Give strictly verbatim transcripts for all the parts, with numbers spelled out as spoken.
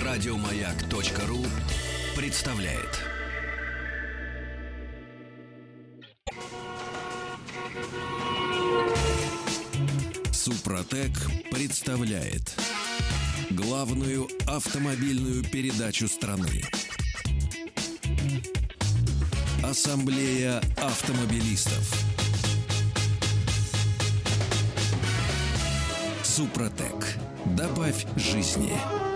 Радиомаяк.ру представляет. Супротек представляет главную автомобильную передачу страны. Ассамблея автомобилистов. Супротек. Добавь жизни.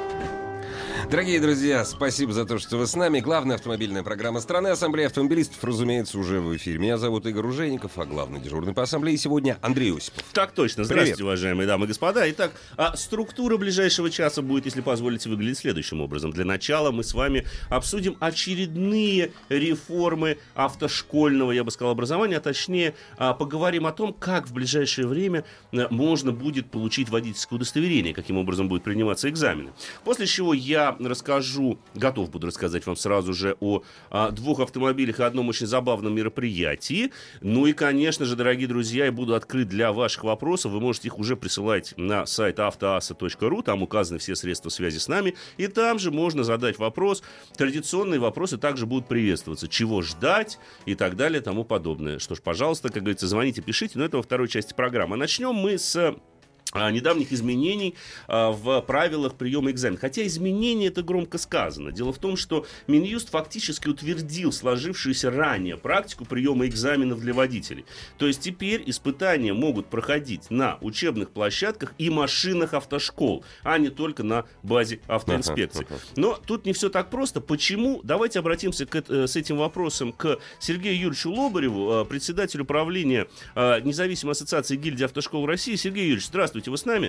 Дорогие друзья, спасибо за то, что вы с нами. Главная автомобильная программа страны «Ассамблея автомобилистов», разумеется, уже в эфире. Меня зовут Игорь Ужеников, а главный дежурный по ассамблее сегодня Андрей Осипов. Так точно. Здравствуйте, Привет. Уважаемые дамы и господа. Итак, а структура ближайшего часа будет, если позволите, выглядеть следующим образом. Для начала мы с вами обсудим очередные реформы автошкольного, я бы сказал, образования, а точнее а, поговорим о том, как в ближайшее время а, можно будет получить водительское удостоверение, каким образом будут приниматься экзамены. После чего я расскажу, готов буду рассказать вам сразу же о а, двух автомобилях и одном очень забавном мероприятии. Ну и, конечно же, дорогие друзья, я буду открыт для ваших вопросов. Вы можете их уже присылать на сайт автоаса точка ру, там указаны все средства связи с нами, и там же можно задать вопрос. Традиционные вопросы также будут приветствоваться. Чего ждать и так далее, тому подобное. Что ж, пожалуйста, как говорится, звоните, пишите, но это во второй части программы. Начнем мы с недавних изменений а, в правилах приема экзамена. Хотя изменения — это громко сказано. Дело в том, что Минюст фактически утвердил сложившуюся ранее практику приема экзаменов для водителей. То есть теперь испытания могут проходить на учебных площадках и машинах автошкол, а не только на базе автоинспекции. Но тут не все так просто. Почему? Давайте обратимся к, с этим вопросом к Сергею Юрьевичу Лобареву, председателю правления Независимой ассоциации гильдии автошкол России. Сергей Юрьевич, здравствуйте. Вы с нами?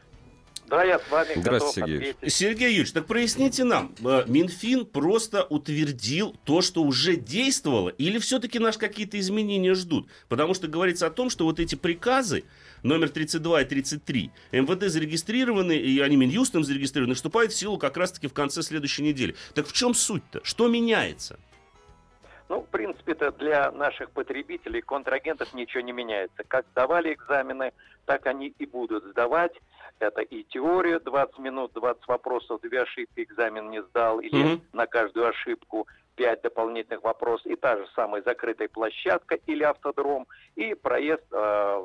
Да, я с вами. Здравствуйте, готов Сергей. ответить. Сергей Юрьевич, так проясните нам, Минфин просто утвердил то, что уже действовало, или все-таки нас какие-то изменения ждут? Потому что говорится о том, что вот эти приказы номер тридцать два и тридцать три эм вэ дэ зарегистрированы, и они Минюстом зарегистрированы, вступают в силу как раз-таки в конце следующей недели. Так в чем суть-то? Что меняется? Ну, в принципе-то для наших потребителей, контрагентов ничего не меняется. Как сдавали экзамены, так они и будут сдавать. Это и теория двадцать минут, двадцать вопросов, две ошибки, экзамен не сдал, или mm-hmm. на каждую ошибку пять дополнительных вопросов, и та же самая закрытая площадка или автодром, и проезд э,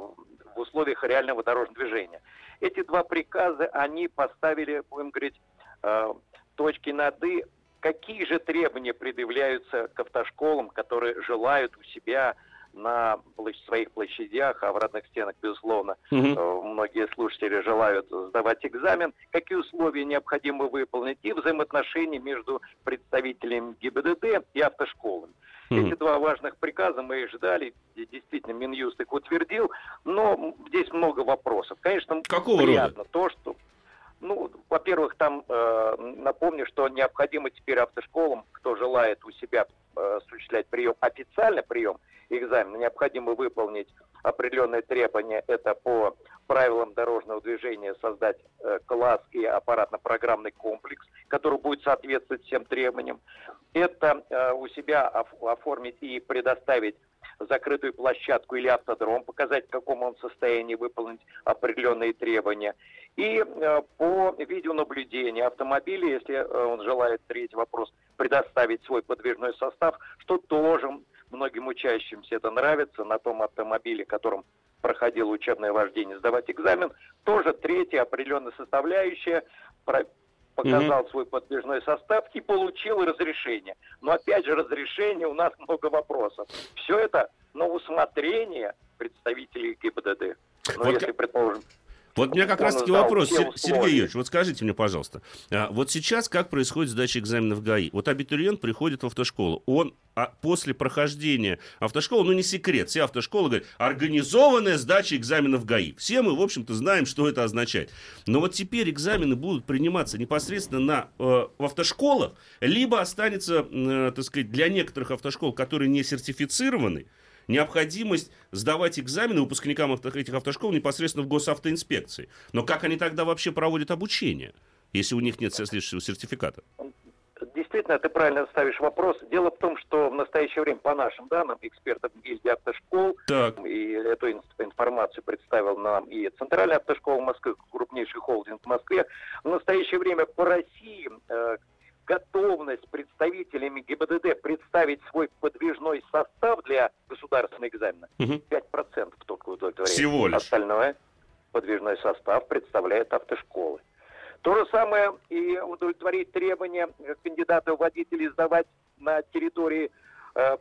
в условиях реального дорожного движения. Эти два приказа, они поставили, будем говорить, э, точки над «и». Какие же требования предъявляются к автошколам, которые желают у себя на своих площадях, а в родных стенах, безусловно, mm-hmm. многие слушатели желают сдавать экзамен, какие условия необходимо выполнить, и взаимоотношения между представителями гэ и бэ дэ дэ и автошколами. Mm-hmm. Эти два важных приказа мы и ждали, действительно, Минюст их утвердил, но здесь много вопросов. Конечно, Какого приятно рода? то, что... Ну, во-первых, там э, напомню, что необходимо теперь автошколам, кто желает у себя э, осуществлять прием, официальный прием экзамена, необходимо выполнить определенные требования. Это по правилам дорожного движения создать э, класс и аппаратно-программный комплекс, который будет соответствовать всем требованиям. Это э, у себя оф- оформить и предоставить закрытую площадку или автодром, показать, в каком он состоянии, выполнить определенные требования. И э, по видеонаблюдению автомобиля, если э, он желает, третий вопрос, предоставить свой подвижной состав, что тоже многим учащимся это нравится, на том автомобиле, которым проходило учебное вождение, сдавать экзамен, тоже третья определенная составляющая, про- показал mm-hmm. свой подвижной состав и получил разрешение. Но опять же, разрешение, у нас много вопросов. Все это на усмотрение представителей гэ и бэ дэ дэ. Но вот если, предположим... Вот у меня как раз-таки вопрос, Сергей Юрьевич, вот скажите мне, пожалуйста, а, вот сейчас как происходит сдача экзаменов в гэ а и? Вот абитуриент приходит в автошколу, он а после прохождения автошколы, ну не секрет, все автошколы говорят, организованная сдача экзаменов в гэ а и. Все мы, в общем-то, знаем, что это означает. Но вот теперь экзамены будут приниматься непосредственно на, э, в автошколах, либо останется, э, так сказать, для некоторых автошкол, которые не сертифицированы, необходимость сдавать экзамены выпускникам этих автошкол непосредственно в госавтоинспекции. Но как они тогда вообще проводят обучение, если у них нет соответствующего сертификата? действительно, ты правильно ставишь вопрос. Дело в том, что в настоящее время, по нашим данным, экспертов гильдии автошкол, Так. и эту информацию представил нам и Центральная автошкола Москвы, крупнейший холдинг в Москве, в настоящее время по России э, готовность представителями ГИБДД представить свой подвижной состав для государственного экзамена Угу. пять процентов только удовлетворяет. Всего лишь. Остальное подвижной состав представляет автошколы. То же самое и удовлетворить требования кандидата в водители сдавать на территории э,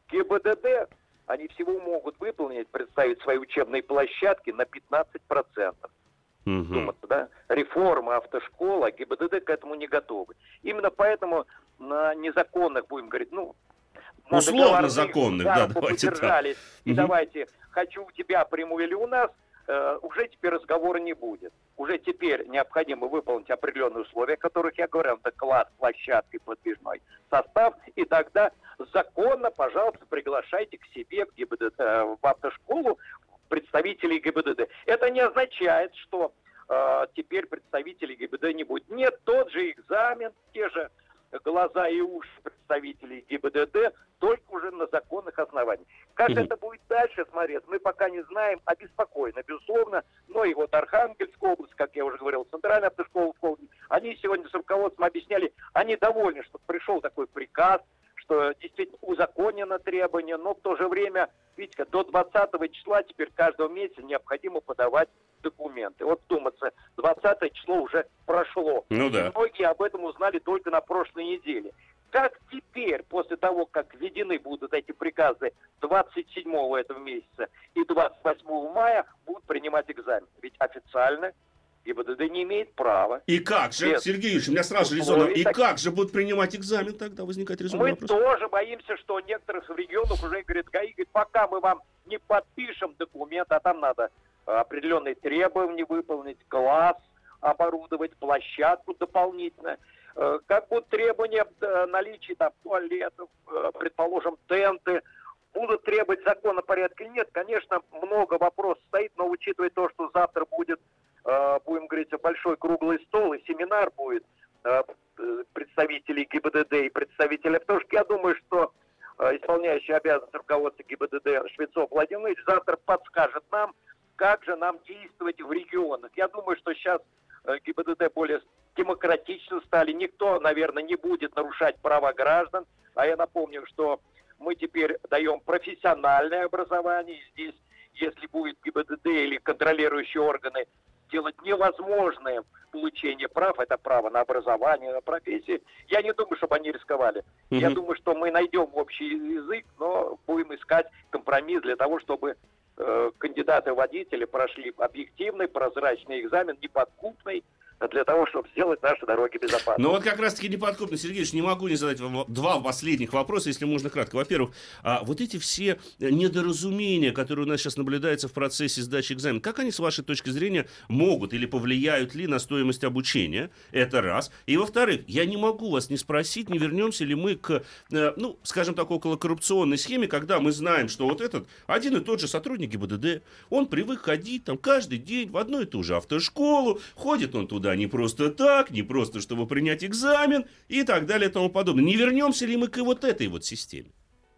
ГИБДД. Они всего могут выполнить, представить свои учебные площадки на пятнадцать процентов. Угу. Думается, да? Реформа автошкола, ГИБДД к этому не готовы. Именно поэтому на незаконных, будем говорить, ну... на Условно договорных законных, да, ударах давайте удержались. И Мгм. давайте, хочу у тебя приму или у нас, э, уже теперь разговора не будет. Уже теперь необходимо выполнить определенные условия, о которых я говорил, это класс, площадка и подвижной состав, и тогда законно, пожалуйста, приглашайте к себе в, ГИБДД, э, в автошколу представителей ГИБДД. Это не означает, что э, теперь представителей ГИБДД не будет. Нет, тот же экзамен, те же глаза и уши представителей ГИБДД, только уже на законных основаниях. Как Мгм. это будет дальше смотреться, мы пока не знаем, обеспокоены, безусловно. Но и вот Архангельская область, как я уже говорил, Центральная автошкола, они сегодня с руководством объясняли, они довольны, что пришел такой приказ, что действительно узаконено требование, но в то же время, видите, до двадцатого числа теперь каждого месяца необходимо подавать документы. Вот думается, двадцатое число уже прошло. Ну да. Многие об этом узнали только на прошлой неделе. Как теперь, после того, как введены будут эти приказы двадцать седьмого этого месяца и двадцать восьмого мая, будут принимать экзамен? Ведь официально ГИБДД не имеет права. И как же, Нет. Сергей Юрьевич, у меня сразу же Условий резонно, и так- как же будут принимать экзамен тогда? Возникает резонный Мы вопрос. тоже боимся, что некоторых регионов уже говорит ГАИ, говорит, пока мы вам не подпишем документ, а там надо э, определенные требования выполнить, класс оборудовать, площадку дополнительно. Э, Как будут требования э, наличия там туалетов, э, предположим, тенты, будут требовать закона порядка? Нет, конечно, много вопросов стоит, но учитывая то, что завтра будет, э, будем говорить, большой круглый стол и семинар будет э, э, представителей ГИБДД и представителей автошки, я думаю, что э, исполняющий обязанности руководства ГИБДД Швецов Владимир Владимирович завтра подскажет нам, как же нам действовать в регионах. Я думаю, что сейчас э, ГИБДД более демократично стали. Никто, наверное, не будет нарушать права граждан. А я напомню, что мы теперь даем профессиональное образование. Здесь, если будет ГИБДД или контролирующие органы делать невозможное получение прав, это право на образование, на профессию, я не думаю, чтобы они рисковали. Мгм. Я думаю, что мы найдем общий язык, но будем искать компромисс для того, чтобы э, кандидаты в водители прошли объективный, прозрачный экзамен, неподкупный, для того, чтобы сделать наши дороги безопасными. Ну вот как раз-таки неподкупно, Сергей Ильич, не могу не задать вам два последних вопроса, если можно кратко. Во-первых, а вот эти все недоразумения, которые у нас сейчас наблюдаются в процессе сдачи экзамена, как они, с вашей точки зрения, могут или повлияют ли на стоимость обучения? Это раз. И во-вторых, я не могу вас не спросить, не вернемся ли мы к, э, ну, скажем так, околокоррупционной схеме, когда мы знаем, что вот этот один и тот же сотрудник ГИБДД, он привык ходить там каждый день в одну и ту же автошколу, ходит он туда не просто так, не просто чтобы принять экзамен и так далее и тому подобное. Не вернемся ли мы к вот этой вот системе?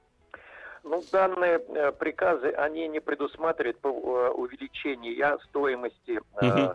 Ну, данные э, приказы, они не предусматривают э, увеличения стоимости э, Мгм.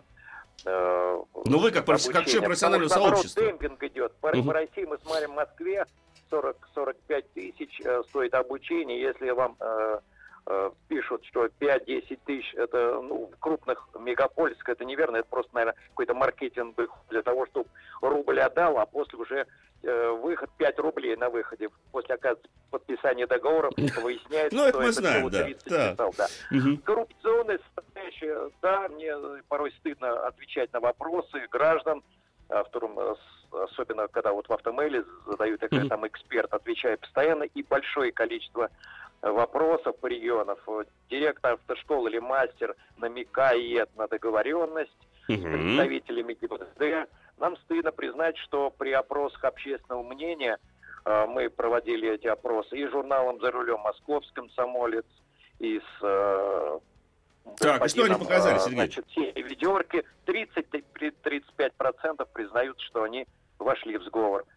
э, Ну, вы как профи- как обучения. член профессионального Потому что, сообщества. наоборот, демпинг идет. По, Мгм. по России мы смотрим, в Москве сорок - сорок пять тысяч э, стоит обучение. Если вам э, э, пишут, что пять-десять тысяч, это ну, в крупных мегаполисах, это неверно, это просто, наверное, какой-то маркетинговый ход для того, чтобы рубль отдал, а после уже э, выход пять рублей на выходе. После, оказывается, подписания договора выясняется, Ну, это что мы это знаем, всего да, тридцать да. писал, да. Мгм. Коррупционная составляющая, да, мне порой стыдно отвечать на вопросы граждан, а, в котором, э, с- особенно когда вот в автомейле задают, я Мгм. там эксперт, отвечаю постоянно, и большое количество э, вопросов по регионам. Вот директор автошколы или мастер намекает на договоренность с Мгм. представителями ГИБДД. Нам стыдно признать, что при опросах общественного мнения э, мы проводили эти опросы и журналом «За рулем», «Московский комсомолец», и с э, Так, и что они господином, показали, э, Сергей? Значит, все ведерки, тридцать - тридцать пять процентов признают, что они вошли в сговор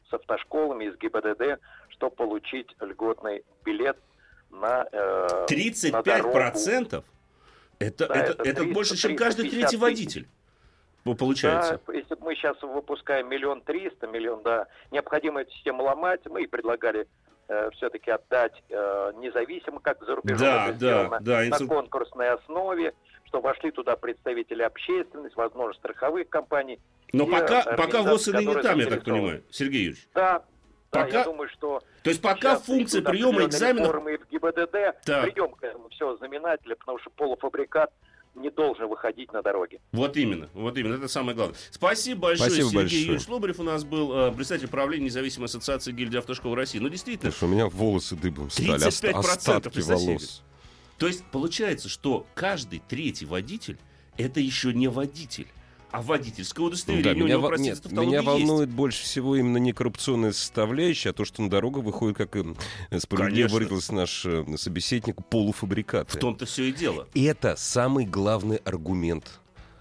с автошколами, с ГИБДД, чтобы получить льготный билет на э, тридцать пять процентов? Это, да, это, это, это триста, больше, чем каждый третий водитель. Получается. Да, если мы сейчас выпускаем миллион триста, миллион, да, необходимо эту систему ломать. Мы и предлагали э, все-таки отдать э, независимо, как за рубежом да, это да, сделано, да, на инсу... конкурсной основе, что вошли туда представители общественности, возможно, страховых компаний. Но пока, пока ВОЗ и ныне там, я так понимаю, Сергей Юрьевич. Да, пока... да, я думаю, что... То есть пока функция приема экзаменов... Реформы в ГИБДД, так. придем к этому все знаменателя, потому что полуфабрикат не должен выходить на дороге. Вот именно, вот именно, это самое главное. Спасибо большое, Спасибо Сергей большое. Юрьевич Лобарев у нас был, э, представитель правления независимой ассоциации гильдии автошкол России. Ну, действительно, Потому что у меня волосы дыбом стали, тридцать пять процентов остатки волос. То есть получается, что каждый третий водитель это еще не водитель, а водительское удостоверение Да, у меня, него, во- простите, нет, тавтологии меня есть. волнует больше всего именно не коррупционная составляющая, а то, что на дорогу выходит, как э, справедливо Конечно. выразился наш э, собеседник, полуфабрикаты. В том-то все и дело. Это самый главный аргумент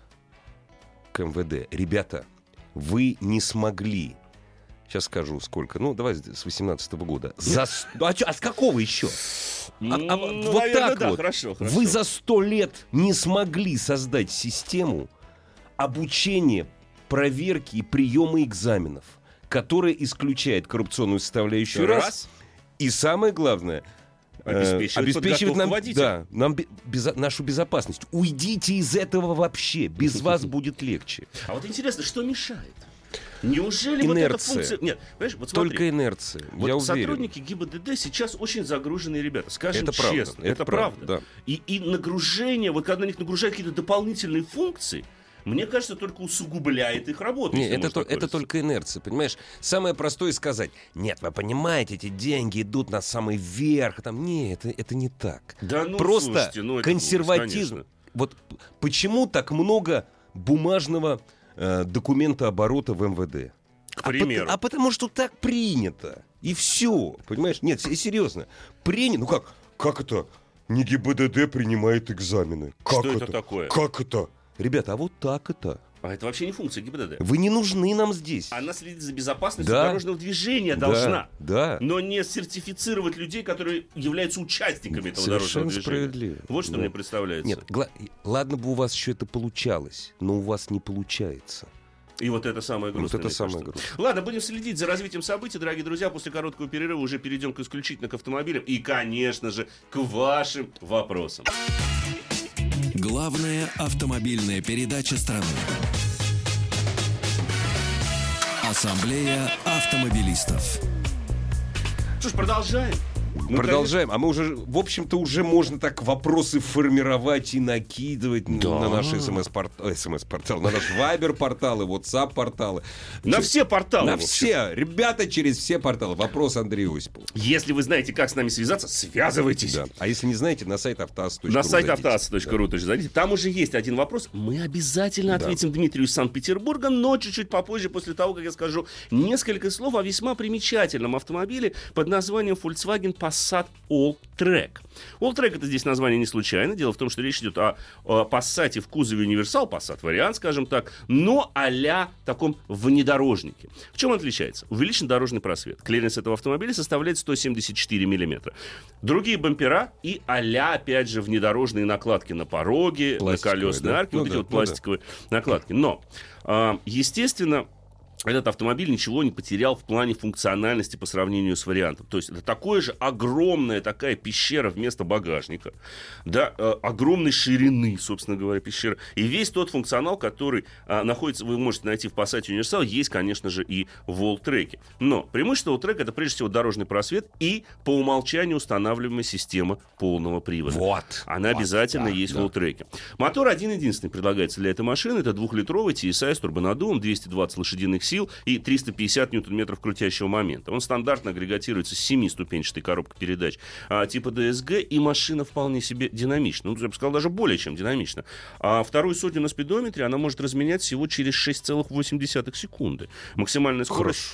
к эм вэ дэ. Ребята, вы не смогли, сейчас скажу сколько, ну давай с восемнадцатого года, за... с- а, чё, а с какого еще? А- а Ну, вот наверное, так да, вот. хорошо, хорошо. Вы за сто лет не смогли создать систему обучения, проверки и приема экзаменов, которая исключает коррупционную составляющую раз, Раз. и самое главное э, Обеспечивает подготовку нам, водителя. да, нам бе- безо- нашу безопасность. Уйдите из этого вообще, без вас будет легче. А вот интересно, что мешает? Неужели вот эта Инерция. функция... Нет, понимаешь, вот смотри. Только инерция, Вот я уверен. сотрудники ГИБДД сейчас очень загруженные ребята, скажем Это правда, честно. это Это, правда, правда. да. И, и нагружение, вот когда на них нагружают какие-то дополнительные функции, мне кажется, только усугубляет их работу. Не, если это, можно то- так это выразиться. только инерция, понимаешь? Самое простое сказать: нет, вы понимаете, эти деньги идут на самый верх. Там, не, это, это не так. Да ну, Просто слушайте, ну, это консерватизм. ужас, Вот почему так много бумажного э, документа оборота в эм вэ дэ? К А, примеру. пот- а потому что так принято. И все. Понимаешь? Нет, с- серьезно. Принято. Ну как? Как это? Не ГИБДД принимает экзамены. Как Что это такое? Как это? Ребята, а вот так это. А это вообще не функция ГИБДД. Вы не нужны нам здесь. Она следит за безопасностью Да. дорожного движения Да, должна. Да. Но не сертифицировать людей, которые являются участниками этого Совершенно дорожного движения. справедливо. Вот что Да. мне представляется. Нет, гла- ладно бы у вас еще это получалось, но у вас не получается. И вот это самое Вот грустное. это мне самое кажется. грустное. Ладно, будем следить за развитием событий, дорогие друзья. После короткого перерыва уже перейдем к исключительно к автомобилям и, конечно же, к вашим вопросам. Главная автомобильная передача страны. Ассамблея автомобилистов. Что ж, продолжаем. Ну, Продолжаем. А мы уже, в общем-то, уже можно так вопросы формировать и накидывать н- Да. на наши смс-порталы, смс-порталы, на наши вайбер-порталы, WhatsApp-порталы. На все порталы. На в общем. все. Ребята, через все порталы. Вопрос Андрею Осипову. Если вы знаете, как с нами связаться, связывайтесь. Да. А если не знаете, на сайт автоаз точка ру На сайт зайдите. автоаз точка ру тоже зайдите. Там уже есть один вопрос. Мы обязательно Да. ответим Дмитрию из Санкт-Петербурга, но чуть-чуть попозже, после того, как я скажу несколько слов о весьма примечательном автомобиле под названием Volkswagen Passat Alltrack. Alltrack — это здесь название не случайно. Дело в том, что речь идет о, о Passat в кузове универсал, Passat вариант, скажем так, но а-ля таком внедорожнике. В чем он отличается? Увеличен дорожный просвет. Клиренс этого автомобиля составляет сто семьдесят четыре миллиметра. Другие бампера и а-ля, опять же, внедорожные накладки на пороге, Пластиковые, на колесные да? арки, Ну вот эти да, вот ну да. пластиковые накладки. Но, а, естественно, этот автомобиль ничего не потерял в плане функциональности по сравнению с вариантом. То есть это такое же огромная такая пещера вместо багажника, да, э, огромной ширины, собственно говоря, пещера. И весь тот функционал, который э, находится, вы можете найти в Passat Универсал, есть, конечно же, и в Alltrack. Но преимущество Alltrack — это прежде всего дорожный просвет и по умолчанию устанавливаемая система полного привода. Вот. Она Вот, обязательно да, есть да. в Alltrack. Мотор один-единственный предлагается для этой машины. Это двухлитровый ти эс ай с турбонаддувом, двести двадцать лошадиных сил и триста пятьдесят ньютон-метров крутящего момента. Он стандартно агрегатируется с семиступенчатой коробкой передач а, типа ди эс джи, и машина вполне себе динамична. Ну, я бы сказал, даже более чем динамична. А вторую сотню на спидометре она может разменять всего через шесть целых восемь десятых секунды. Максимальная скорость... Хорошо.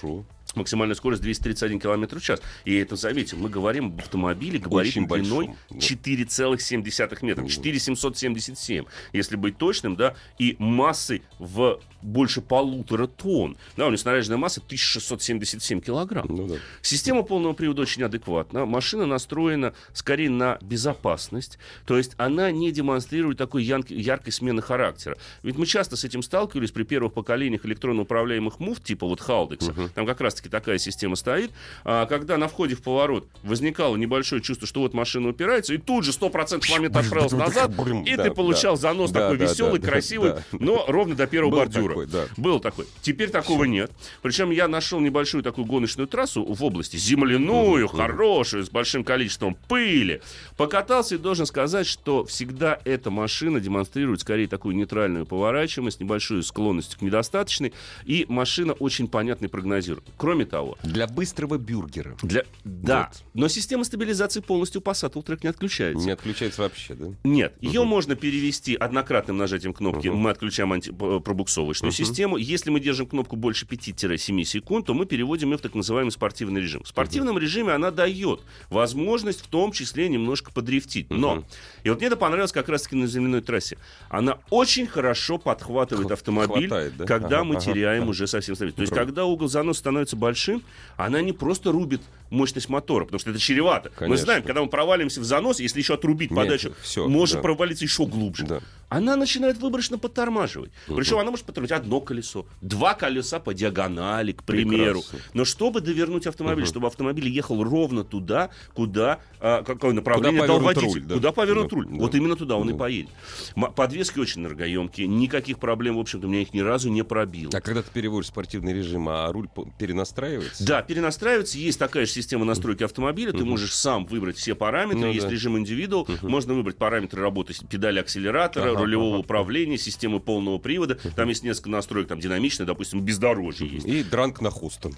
Максимальная скорость двести тридцать один километр в час. И это, заметьте, мы говорим об автомобиле габаритной длиной четыре целых семь десятых метра. четыре тысячи семьсот семьдесят семь, если быть точным, да, и массой в больше полутора тонн. Да, у него снаряженная масса тысяча шестьсот семьдесят семь килограмм. Ну, да. Система полного привода очень адекватна. Машина настроена скорее на безопасность. То есть она не демонстрирует такой яркой смены характера. Ведь мы часто с этим сталкивались при первых поколениях электронно управляемых мув, типа вот Халдекса. Uh-huh. Там как раз такая система стоит, а, когда на входе в поворот возникало небольшое чувство, что вот машина упирается, и тут же сто процентов момент отправился назад, и ты получал занос такой веселый, красивый, но ровно до первого бордюра. Был такой. Теперь такого нет. Причем я нашел небольшую такую гоночную трассу в области, земляную, хорошую, с большим количеством пыли. Покатался и должен сказать, что всегда эта машина демонстрирует скорее такую нейтральную поворачиваемость, небольшую склонность к недостаточной, и машина очень понятно и прогнозирует. Кроме того... Для быстрого бюргера. Для... Да. Вот. Но система стабилизации полностью у Passat Alltrack не отключается. Не отключается вообще, да? Нет. Uh-huh. Ее можно перевести однократным нажатием кнопки. Uh-huh. Мы отключаем анти... пробуксовочную uh-huh. систему. Если мы держим кнопку больше пяти-семи секунд, то мы переводим ее в так называемый спортивный режим. В спортивном uh-huh. режиме она дает возможность в том числе немножко подрифтить. Но, uh-huh. и вот мне это понравилось как раз-таки на земляной трассе. Она очень хорошо подхватывает Х- автомобиль, хватает, да? когда ага, мы ага, теряем ага. уже совсем стабильность. То есть, когда угол заноса становится большим, она не просто рубит мощность мотора, потому что это чревато. Конечно. Мы знаем, когда мы проваливаемся в занос, если еще отрубить Нет, подачу, все, может да. провалиться еще глубже. Да. Она начинает выборочно подтормаживать. Uh-huh. Причем она может подтормаживать одно колесо, два колеса по диагонали, к примеру. Прекрасно. Но чтобы довернуть автомобиль, uh-huh. чтобы автомобиль ехал ровно туда, куда, а, какое направление дал водитель. Руль, да? Куда повернут да, руль. Да. Вот именно туда он да. и поедет. Подвески очень энергоемкие, никаких проблем, в общем-то, у меня их ни разу не пробило. А когда ты переводишь спортивный режим, а руль перенастраивается? Да, перенастраивается. Есть такая же система настройки автомобиля. Uh-huh. Ты можешь сам выбрать все параметры. Ну, есть да. режим индивидуал. Uh-huh. Можно выбрать параметры работы педали акселератора, ага, рулевого ага. управления, системы полного привода. Uh-huh. Там есть несколько настроек, там динамичное, допустим, бездорожье есть. И дранк на Хустон.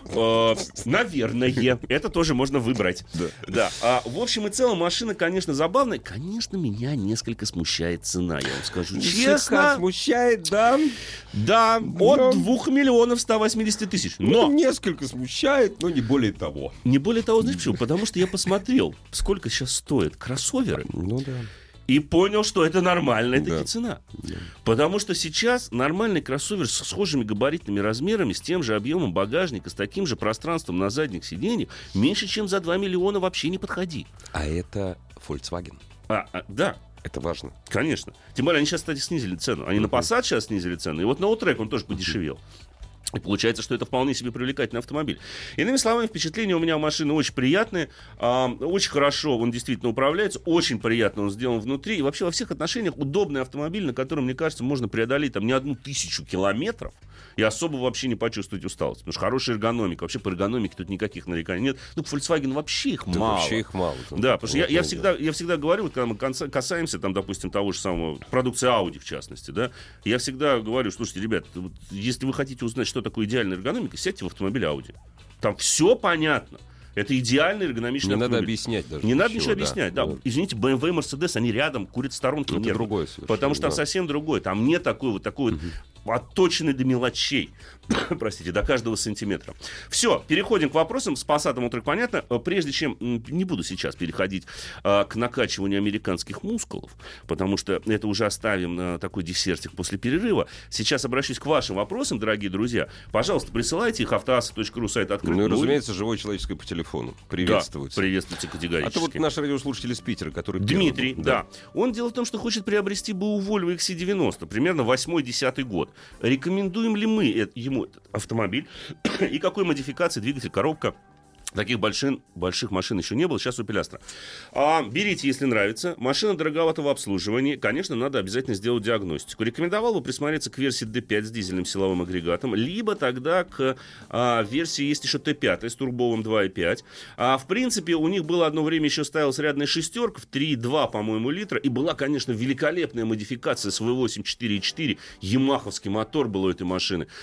Наверное. Это тоже можно выбрать. Да. В общем и целом, машина, конечно, забавная. Конечно, меня несколько смущает цена, я вам скажу честно. Смущает, да? Да, от двух миллионов ста восьмидесяти тысяч. Но несколько смущает, но не более того. Не более того, знаешь почему? Потому что я посмотрел, сколько сейчас стоят кроссоверы. Ну да. И понял, что это нормальная да. таки цена. Да. Потому что сейчас нормальный кроссовер с схожими габаритными размерами, с тем же объемом багажника, с таким же пространством на задних сиденьях, меньше, чем за два миллиона вообще не подходи. А это Volkswagen. А, а, да. Это важно. Конечно. Тем более, они сейчас, кстати, снизили цену. Они uh-huh. на Passat сейчас снизили цену. И вот на Alltrack он тоже подешевел. И получается, что это вполне себе привлекательный автомобиль. Иными словами, впечатление у меня у машины очень приятное. Э, очень хорошо он действительно управляется. Очень приятно он сделан внутри. И вообще во всех отношениях удобный автомобиль, на котором, мне кажется, можно преодолеть там не одну тысячу километров и особо вообще не почувствовать усталость. Потому что хорошая эргономика. Вообще по эргономике тут никаких нареканий нет. Ну, Volkswagen вообще их да мало. Вообще их мало. Там, да, потому что я, я, всегда, я всегда говорю, вот, когда мы касаемся, там, допустим, того же самого продукции Audi, в частности, да, я всегда говорю, слушайте, ребят, вот, если вы хотите узнать, что такое идеальная эргономика, сядьте в автомобиль Audi. Там все понятно. Это идеальный эргономичный не автомобиль. Не надо объяснять даже. Не надо ничего объяснять. Да. Да. Извините, бэ эм вэ и Mercedes, они рядом, курят в сторонке. Это другое совершенно. Потому что там да. совсем другое. Там нет такой вот такой вот отточенный до мелочей. Простите, до каждого сантиметра. Все, переходим к вопросам. С Passat Alltrack понятно. Прежде чем, не буду сейчас переходить а, к накачиванию американских мускулов, потому что это уже оставим на такой десертик после перерыва. Сейчас обращусь к вашим вопросам, дорогие друзья. Пожалуйста, присылайте их. автоаса точка ру, сайт открыт. Ну и, разумеется, живое человеческое по телефону. Приветствуйте. Да, приветствуйте категорически. А то вот наш радиослушатель из Питера, который... Дмитрий, первый, да. да. Он дело в том, что хочет приобрести БУ Volvo икс си девяносто, примерно восьмой-десятый год. Рекомендуем ли мы это, ему этот автомобиль и какой модификации, двигатель, коробка? Таких больших, больших машин еще не было, сейчас у Пилястра. А, берите, если нравится. Машина дороговатого обслуживания. Конечно, надо обязательно сделать диагностику. Рекомендовал бы присмотреться к версии ди пять с дизельным силовым агрегатом, либо тогда к а, версии есть еще ти пять с турбовым два и пять. А, в принципе, у них было одно время еще ставилась рядная шестерка в три и два, по-моему, литра. И была, конечно, великолепная модификация с ви восемь четыре и четыре. Ямаховский мотор был у этой машины.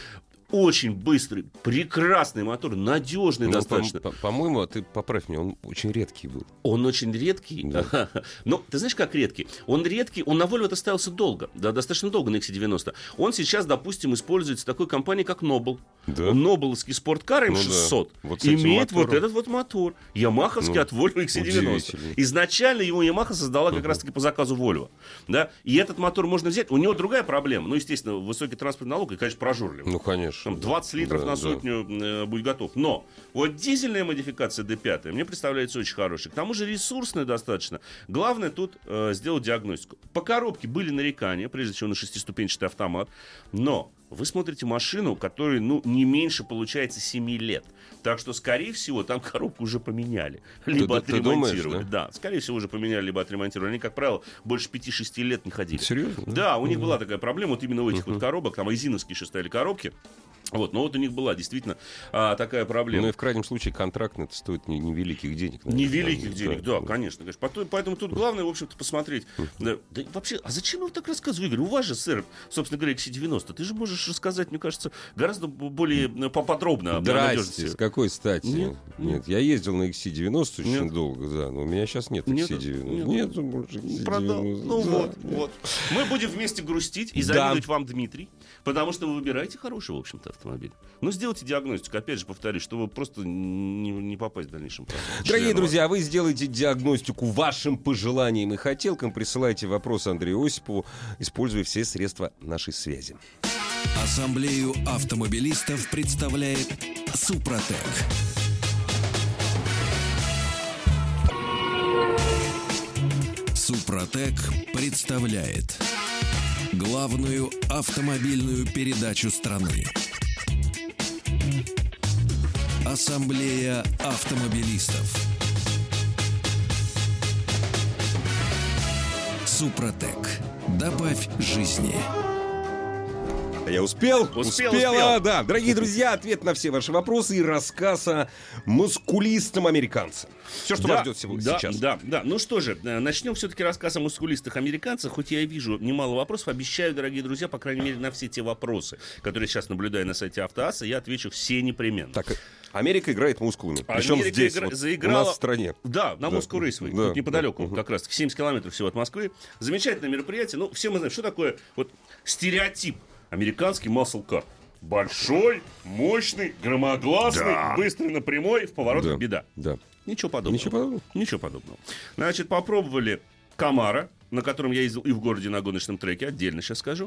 очень быстрый, прекрасный мотор, надежный Ну, достаточно. по- по- По-моему, ты поправь меня, он очень редкий был. Он очень редкий. Да. Но ты знаешь, как редкий? Он редкий, он на Volvo ставился долго, да, достаточно долго на икс си девяносто. Он сейчас, допустим, используется такой компанией, как Noble. Да? Нобеловский спорткар эм Ну да. шестьсот Вот с этим имеет вот мотором. этот вот мотор. Ямаховский Ну, от Volvo икс си девяносто. удивительно. Изначально его Yamaha создала как раз-таки по заказу Volvo. Да? И этот мотор можно взять. У него другая проблема. Ну, естественно, высокий транспортный налог и, конечно, прожорливый. Ну, конечно. Там двадцать литров Да, на да. сотню э, будет готов. Но вот дизельная модификация ди пять мне представляется очень хорошей. К тому же ресурсная достаточно. Главное тут э, сделать диагностику. По коробке были нарекания, прежде всего на шестиступенчатый автомат. Но вы смотрите машину, которой, ну, не меньше, получается, семи лет. Так что, скорее всего, там коробку уже поменяли. Либо ты думаешь, отремонтировали. Да? скорее всего, уже поменяли, либо отремонтировали. Они, как правило, больше пяти-шести лет не ходили. Серьезно? Да, у них была такая проблема, вот именно у этих вот коробок, там айзиновские еще стояли коробки. Вот, но вот у них была действительно а, такая проблема. Ну и в крайнем случае контрактно это стоит не- невеликих денег. наверное. Невеликих денег, да, да. конечно, конечно. Потом- Поэтому тут главное, в общем-то, посмотреть. Да, да и вообще, а зачем вы так рассказываете, Игорь? У вас же, сэр, собственно говоря, икс си девяносто. Ты же можешь рассказать, мне кажется, гораздо более э, поподробно об Здрасте, надежности. с какой стати? Нет, Нет, я ездил на икс си девяносто очень Нет. долго, да, но у меня сейчас нет икс си Нет, девяносто. нет. Нет, больше икс си Продал. девяносто. Ну Да, вот, нет. вот. Мы будем вместе грустить и Да. завидовать вам, Дмитрий, потому что вы выбираете хороший, в общем-то, автомобиль. Ну, сделайте диагностику, опять же, повторюсь, чтобы просто не, не попасть в дальнейшем. Дорогие членам. друзья, вы сделаете диагностику вашим пожеланиям и хотелкам. Присылайте вопрос Андрею Осипову, используя все средства нашей связи. Ассамблею автомобилистов представляет Супротек. Супротек представляет главную автомобильную передачу страны. Ассамблея автомобилистов. Супротек. Добавь жизни. Я успел? Успел, Успела, успел. да. Дорогие друзья, ответ на все ваши вопросы и рассказ о мускулистом американце. Все, что Да, вас ждет сегодня да, сейчас. Да, да. Ну что же, э, начнем все-таки рассказ о мускулистых американцах. Хоть я и вижу немало вопросов, обещаю, дорогие друзья, по крайней мере, на все те вопросы, которые сейчас наблюдаю на сайте Автоасса, я отвечу все непременно. Так, Америка играет мускулами. Причем Америка здесь, игра- вот, заиграла- у нас в стране. Да, на Да. Москву Рейсвей, Да, тут неподалеку, да. как раз таки семьдесят километров всего от Москвы. Замечательное мероприятие. Ну, все мы знаем, что такое вот стереотип американский muscle car. Большой, мощный, громогласный, быстрый на прямой, в поворотах Да. беда. Да. Ничего подобного. Ничего подобного. Ничего подобного. Значит, попробовали Камара, на котором я ездил и в городе на гоночном треке, отдельно сейчас скажу.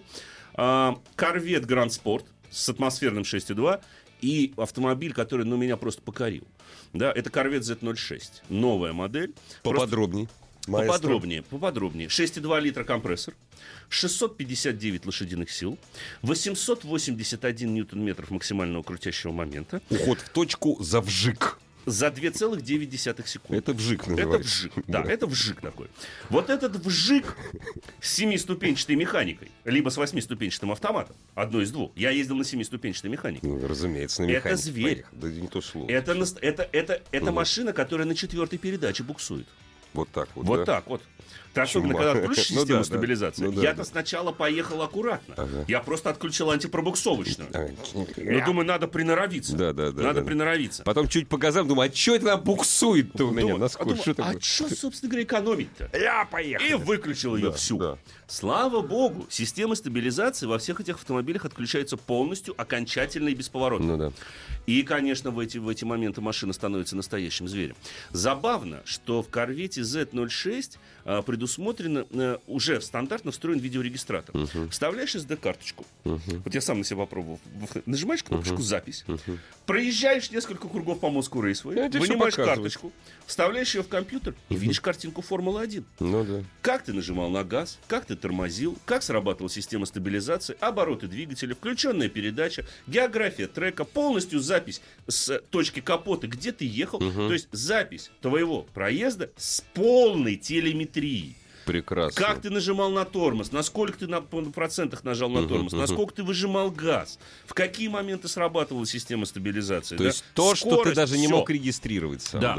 Корвет Гранд Спорт с атмосферным шесть и два и автомобиль, который, ну, меня просто покорил. Да, это Корвет зет ноль шесть. Новая модель. Просто Поподробней. Маэстро. Поподробнее, поподробнее. шесть и два литра компрессор, шестьсот пятьдесят девять лошадиных сил, восемьсот восемьдесят один ньютон-метров максимального крутящего момента Уход в точку за вжик. за две целых девять десятых секунды. Это вжик Это называется. вжик, да, это вжик такой. Вот этот вжик с семиступенчатой механикой, либо с восьмиступенчатым автоматом, одно из двух. Я ездил на семиступенчатой механике. Ну, разумеется, на Это механике зверь. поехал. Да не то слово. Это, наст- это, это, это Мгм. машина, которая на четвертой передаче буксует. Вот так вот. Вот да? так вот. Ты особенно, Чума. когда отключишь Ну систему да, да. стабилизации. Ну да, Я-то да. сначала поехал аккуратно. Ага. Я просто отключил антипробуксовочную. А, Ну, думаю, надо приноровиться. Да, да, да, Надо да. приноровиться. Потом чуть по газам думаю, а что это там буксует-то у меня Думаю, на а скорость? думаю, Что а такое? что, собственно говоря, экономить-то? Я поехал. И выключил ее Да, всю. да. Слава богу, система стабилизации во всех этих автомобилях отключается полностью, окончательно и бесповоротно. Ну да. И, конечно, в эти, в эти моменты машина становится настоящим зверем. Забавно, что в Корвете зет ноль шесть а, предусмотрено, а, уже стандартно встроен видеорегистратор. Мгм. Вставляешь эс ди-карточку. Мгм. Вот я сам на себя попробовал. Нажимаешь кнопочку Мгм. «Запись», Мгм. проезжаешь несколько кругов по Москву Рейсвей, Я тебе всё вынимаешь показываю. карточку, вставляешь ее в компьютер и видишь картинку Формулы один. Ну да. Как ты нажимал на газ, как ты тормозил, как срабатывала система стабилизации, обороты двигателя, включенная передача, география трека, полностью запись с точки капота, где ты ехал. Мгм. То есть запись твоего проезда с полной телеметрией. Прекрасно. Как ты нажимал на тормоз, на сколько ты на процентах нажал на Мгм, тормоз, мгм. насколько ты выжимал газ, в какие моменты срабатывала система стабилизации. То да? есть то, что ты Скорость, даже не всё. мог регистрировать сам. Да. Да.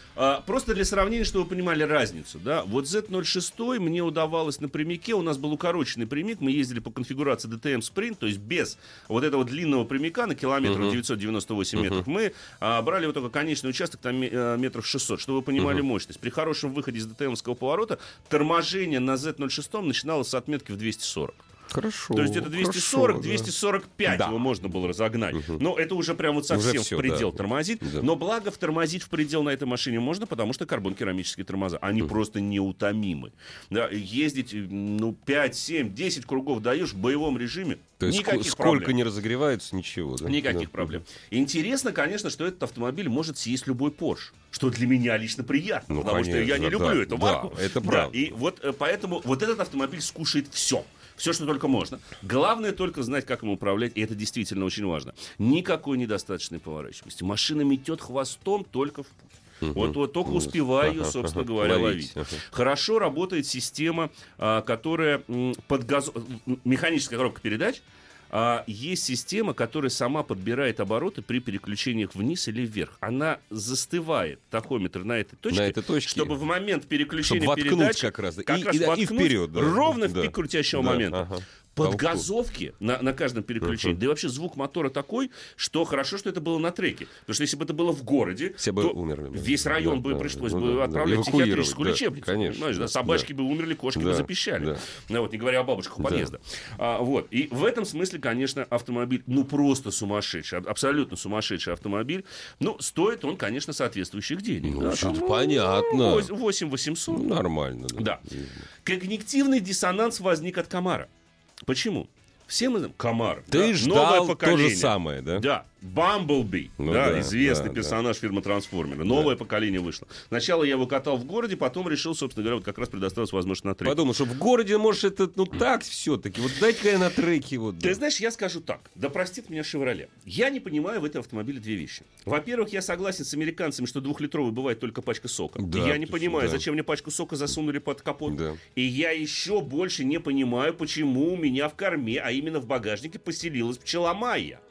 А, просто для сравнения, чтобы вы понимали разницу, да, вот зет ноль шесть мне удавалось на прямике, у нас был укороченный прямик, мы ездили по конфигурации ди ти эм Sprint, то есть без вот этого длинного прямика на километр uh-huh. девятьсот девяносто восемь uh-huh. метров, мы а, брали вот только конечный участок, там метров шестьсот, чтобы вы понимали uh-huh. мощность. При хорошем выходе из ди ти эм-овского поворота торможение на зет ноль шесть начиналось с отметки в двести сорок. Хорошо. То есть это двести сорок - двести сорок пять да. его можно было разогнать. Угу. Но это уже прям вот совсем все, в предел да. тормозит. Да. Но благо втормозить в предел на этой машине можно, потому что карбон-керамические тормоза. Они угу. просто неутомимы. Да, ездить ну, пять, семь, десять кругов даешь в боевом режиме. То есть никаких ск- проблем. Сколько не разогреваются, ничего. Да? Никаких да. проблем. Интересно, конечно, что этот автомобиль может съесть любой Porsche. Что для меня лично приятно. Ну, потому конечно, что я не люблю да. эту марку. Да, это правда. Да, и вот поэтому вот этот автомобиль скушает все. Все, что только можно. Главное только знать, как им управлять, и это действительно очень важно. Никакой недостаточной поворачиваемости. Машина метет хвостом только в путь. Uh-huh. Вот, вот только успеваю ее, собственно uh-huh. говоря, ловить. Uh-huh. Хорошо работает система, а, которая м, под газ... механическая коробка передач. А, есть система, которая сама подбирает обороты при переключениях вниз или вверх. Она застывает, тахометр на этой точке, на этой точке чтобы в момент переключения передач как раз, как и, раз и, воткнуть и вперед, да. ровно да. в пик крутящего да. момента. Ага. Подгазовки на, на каждом переключении. Uh-huh. Да и вообще звук мотора такой, что хорошо, что это было на треке. Потому что если бы это было в городе, все бы умерли. Весь район да, бы да, пришлось да, бы да, отправлять в психиатрическую да, лечебницу. Конечно, понимаешь, да? Да, Собачки да. бы умерли, кошки да, бы запищали. Да. Ну, вот, не говоря о бабушках у да. подъезда. А, вот. И в этом смысле, конечно, автомобиль, ну, просто сумасшедший. Абсолютно сумасшедший автомобиль. Ну, стоит он, конечно, соответствующих денег. Ну, да, там, там, понятно. восемь восемьсот. Ну, нормально. Да. да. Когнитивный диссонанс возник от Камара. Почему? Все мы знаем, Камар. Ты да? ждал Новое поколение. то же самое, да? Да. Бамблби, ну, да, да, известный да, персонаж да. фирмы Трансформеры. Новое да. поколение вышло. Сначала я его катал в городе, потом решил, собственно говоря, вот как раз предоставить возможность на треке. Подумал, что в городе, может, это, ну так все-таки. Вот дайте-ка я на треке. Вот, да. Ты знаешь, я скажу так. Да простит меня «Шевроле». Я не понимаю в этом автомобиле две вещи. Во-первых, я согласен с американцами, что двухлитровый бывает только пачка сока. Да, и я не понимаю, да. зачем мне пачку сока засунули под капот. Да. И я еще больше не понимаю, почему у меня в корме, а именно в багажнике, поселилась пчела Майя.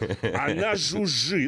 Она жужжит.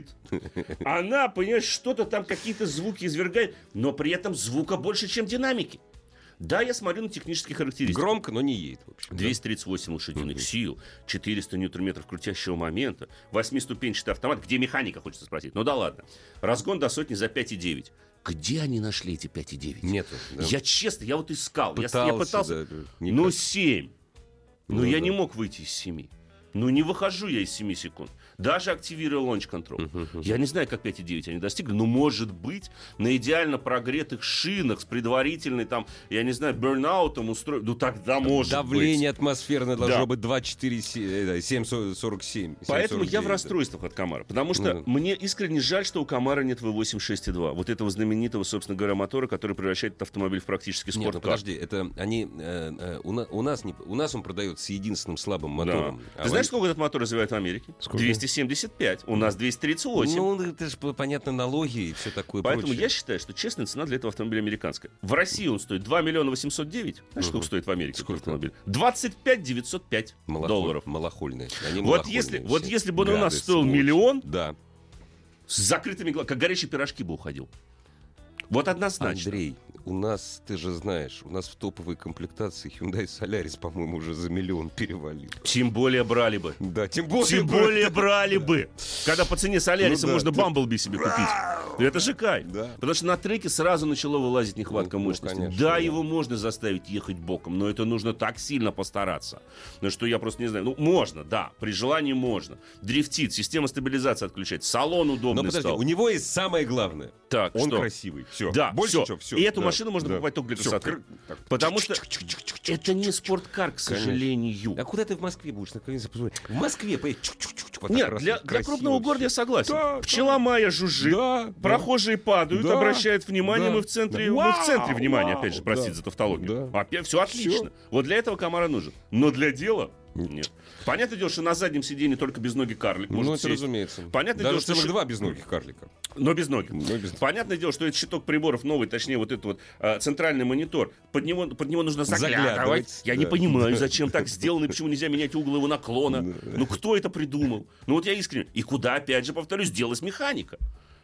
Она, понимаешь, что-то там, какие-то звуки извергает, но при этом звука больше, чем динамики. Да, я смотрю на технические характеристики. Громко, но не едет. В общем, двести тридцать восемь лошадиных сил, четыреста ньютон-метров крутящего момента, восьмиступенчатый автомат. Где механика, хочется спросить? Ну да ладно. Разгон до сотни за пять и девять. Где они нашли эти пять и девять? Нету. Да. Я честно, я вот искал. Пытался, я, я пытался. Да, ну, семь. Ну, Но да. я не мог выйти из семи. Ну, не выхожу я из семи секунд. Даже активируя launch control. Uh-huh, uh-huh. Я не знаю, как пять и девять они достигли, но, может быть, на идеально прогретых шинах с предварительной, там, я не знаю, бернаутом устроить. Ну, тогда может Давление быть. атмосферное должно да. быть два четыре семь сорок семь. Поэтому я в расстройствах от Камара. Потому что uh-huh. мне искренне жаль, что у Камара нет ви восемь шесть и два. Вот этого знаменитого, собственно говоря, мотора, который превращает этот автомобиль в практически спорткар. Нет, ну, подожди, это они... Э, э, у, на, у, нас не, у нас он продается с единственным слабым мотором. Да. А Ты знаешь, сколько этот мотор развивает в Америке? Сколько? двести семьдесят пять. У нас двести тридцать восемь. Ну, это же, понятно, налоги и все такое Поэтому прочее. я считаю, что честная цена для этого автомобиля американская. В России он стоит два миллиона восемьсот девять. Знаешь, сколько стоит в Америке сколько? автомобиль? двадцать пять девятьсот пять Малохоль, долларов. Малохольные. Они Вот малохольные если, все. вот если бы он Гады, у нас стоил сволочи. миллион, да. с закрытыми глазами, как горячие пирожки бы уходил. Вот однозначно. Андрей, у нас, ты же знаешь, у нас в топовой комплектации Hyundai Solaris, по-моему, уже за миллион перевалил. Тем более брали бы. Да, тем более, Тем более брали бы. Когда по цене Соляриса Ну да, можно ты- Бамблби себе купить. Это же кайф. Да. Потому что на треке сразу начало вылазить нехватка Ну, ну, мощности. конечно, да, да. его можно заставить ехать боком, но это нужно так сильно постараться. Ну, что я просто не знаю. Ну, можно, да, при желании можно. Дрифтит, система стабилизации отключать, салон удобный Но подожди, стал. у него есть самое главное. Так, Он что? красивый. Все. Да, Больше всё. ничего, все. И эту да, машину можно да. покупать только для Всё, красоты. кр- так. Потому что это не спорткар, к Конечно. сожалению. А куда ты в Москве будешь? Наконец-то посмотри. В Москве поедь. Чук-чук-чук, вот так Нет, раз, для, для красиво крупного всё. города я согласен. Да, Пчела Майя жужжит, Да, прохожие падают, да, обращают внимание, да. мы в центре, Да. мы в центре Вау, внимания, вау, опять же, простите да, за тавтологию. да. Опять все отлично. Вот для этого Камара нужен. Но для дела нет. Понятное дело, что на заднем сиденье только безногий карлик может Ну, это сесть. разумеется. Понятное Даже дело, что целых ши- два безногих карлика. Но без ноги. Но без- Понятное дело, что это щиток приборов новый, точнее, вот этот вот а, центральный монитор. Под него, под него нужно заглядывать. Заглядывать, Я да. не понимаю, зачем так сделано, и почему нельзя менять угол его наклона. Ну, кто это придумал? Ну, вот я искренне. И куда, опять же, повторюсь, делась механика?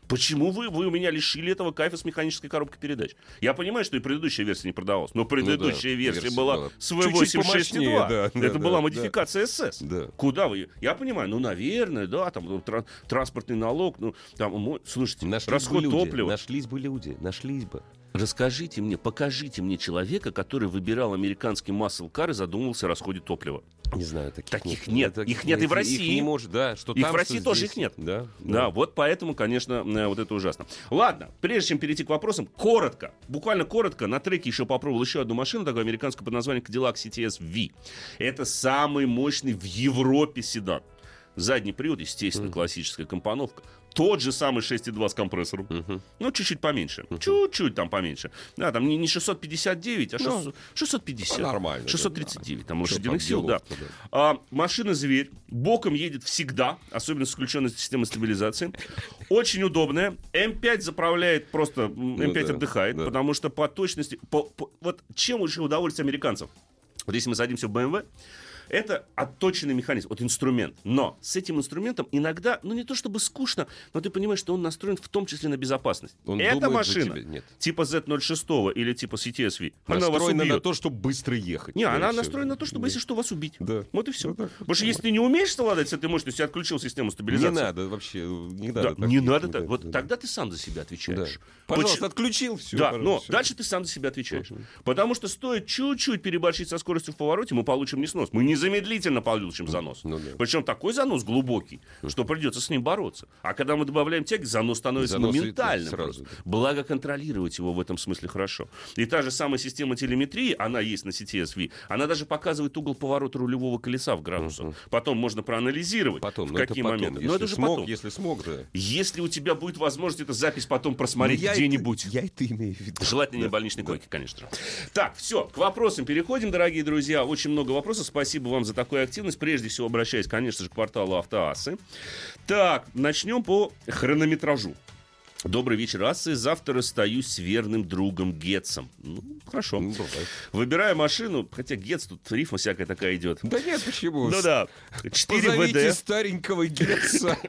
Почему вы, вы у меня лишили этого кайфа с механической коробкой передач? Я понимаю, что и предыдущая версия не продавалась, но предыдущая ну, да, версия версия была была с ви восемь шесть и два. Да, Это да, была да, модификация эс эс. Да. Куда вы? Я понимаю, ну, наверное, да, там тран- транспортный налог, ну, там, мо- слушайте, Нашлись расход бы люди, топлива. нашлись бы люди, нашлись бы. Расскажите мне, покажите мне человека, который выбирал американский маслкар и задумывался о расходе топлива. Не знаю, таких, Таких нет. нет. Их нет и в России. Их не может, да. Что Их там, в России что тоже здесь. их нет. Да, Да, вот поэтому, конечно, э, вот это ужасно. Ладно, прежде чем перейти к вопросам, коротко, буквально коротко, на треке еще попробовал еще одну машину, такую американскую под названием Cadillac си ти эс ви. Это самый мощный в Европе седан. Задний привод, естественно, mm-hmm. классическая компоновка. Тот же самый шесть и два с компрессором. Uh-huh. Ну, чуть-чуть поменьше. Uh-huh. Чуть-чуть там поменьше. Да, там не, не шестьсот пятьдесят девять, а шестьсот, шестьсот пятьдесят. Нормально. шестьсот тридцать девять, да. там лошадиных сил, да. да. А, машина-зверь. Боком едет всегда, особенно с включенной системой стабилизации. Очень удобная. эм пять заправляет просто, эм пять ну, да, отдыхает, да. потому что по точности... По, по, вот чем лучше удовольствие американцев? Вот если мы садимся в бэ эм вэ, это отточенный механизм, вот инструмент. Но с этим инструментом иногда, ну не то чтобы скучно, но ты понимаешь, что он настроен в том числе на безопасность. Он Эта машина, Нет. типа зет ноль шесть или типа си ти эс ви, она вас настроена убьет. на то, чтобы быстро ехать. Не, да, она все. настроена на то, чтобы, да. если что, вас убить. Да. Вот и все. Вот так, Потому что если ты не умеешь совладать с этой мощностью, отключил систему стабилизации. Не надо вообще, не надо. Да, так, не не надо не так. надо, Вот да. тогда ты сам за себя отвечаешь. Да. Пожалуйста, Поч... отключил, все. Да, но все. дальше ты сам за себя отвечаешь. Uh-huh. Потому что стоит чуть-чуть переборщить со скоростью в повороте, мы получим не снос. Мы незамедлительно получим занос. Ну, да. Причем такой занос глубокий, что придется с ним бороться. А когда мы добавляем тяги, занос становится Занос моментальным. сразу, просто. Благо контролировать его в этом смысле хорошо. И та же самая система телеметрии, она есть на си ти эс ви, она даже показывает угол поворота рулевого колеса в градусах. Uh-huh. Потом можно проанализировать, потом, в но какие это потом. моменты. Если Но это же смог, потом. Если смог, да. Если у тебя будет возможность эту запись потом просмотреть я где-нибудь. Это, я это имею в виду. Желательно да. не больничной койке, да. конечно же. Так, все, к вопросам переходим, дорогие друзья. Очень много вопросов. Спасибо вам за такую активность. Прежде всего, обращаюсь, конечно же, к порталу Автоассы. Так, начнем по хронометражу. Добрый вечер, Ассы. Завтра расстаюсь с верным другом Гетцем. Ну, хорошо. Ну, выбираю машину, хотя Гетц, тут рифма всякая такая идет. Да нет, почему? Ну да. четыре вэ дэ. Позовите старенького Гетца.